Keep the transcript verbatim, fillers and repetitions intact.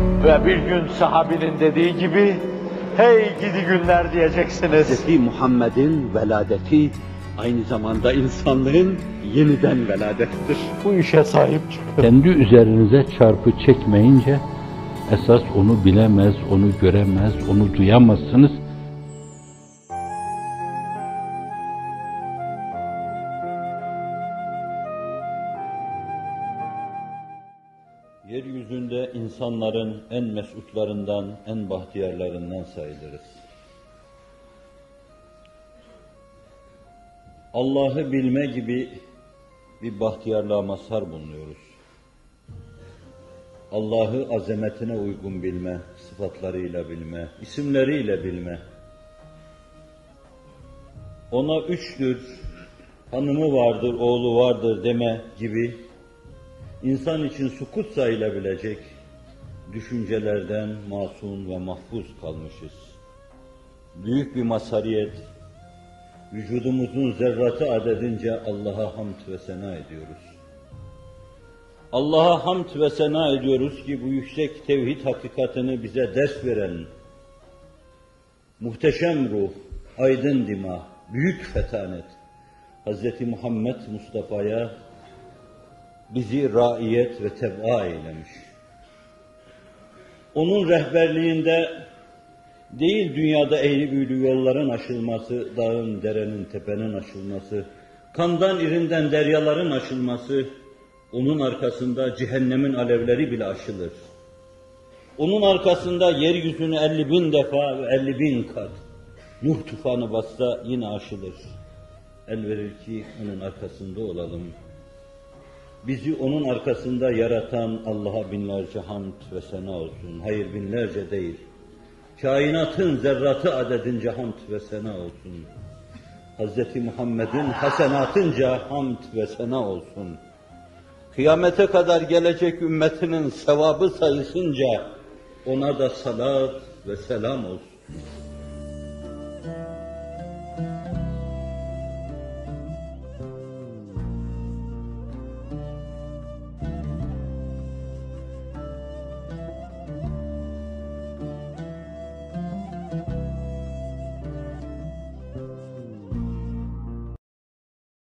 Ve bir gün sahabinin dediği gibi, hey gidi günler diyeceksiniz. Hazreti Muhammed'in veladeti aynı zamanda insanlığın yeniden veladettir. Bu işe sahip çıkın. Kendi üzerinize çarpı çekmeyince, esas onu bilemez, onu göremez, onu duyamazsınız. Yeryüzünde insanların en mesutlarından, en bahtiyarlarından sayılırız. Allah'ı bilme gibi bir bahtiyarlığa mazhar bulunuyoruz. Allah'ı azametine uygun bilme, sıfatlarıyla bilme, isimleriyle bilme. Ona üçtür, hanımı vardır, oğlu vardır deme gibi insan için sukut sayılabilecek düşüncelerden masum ve mahfuz kalmışız. Büyük bir mazhariyet, vücudumuzun zerratı adedince Allah'a hamd ve sena ediyoruz. Allah'a hamd ve sena ediyoruz ki bu yüksek tevhid hakikatini bize ders veren muhteşem ruh, aydın dima, büyük fetanet Hazreti Muhammed Mustafa'ya bizi raiyet ve tebaa eylemiş. Onun rehberliğinde değil dünyada eğri büğrü yolların aşılması, dağın, derenin, tepenin aşılması, kandan irinden deryaların aşılması, onun arkasında cehennemin alevleri bile aşılır. Onun arkasında yeryüzünü elli bin defa ve elli bin kat Nuh tufanı bassa yine aşılır. El verir ki onun arkasında olalım. Bizi onun arkasında yaratan Allah'a binlerce hamd ve sena olsun. Hayır binlerce değil. Kainatın zerratı adedince hamd ve sena olsun. Hazreti Muhammed'in hasenatınca hamd ve sena olsun. Kıyamete kadar gelecek ümmetinin sevabı sayısınca ona da salat ve selam olsun.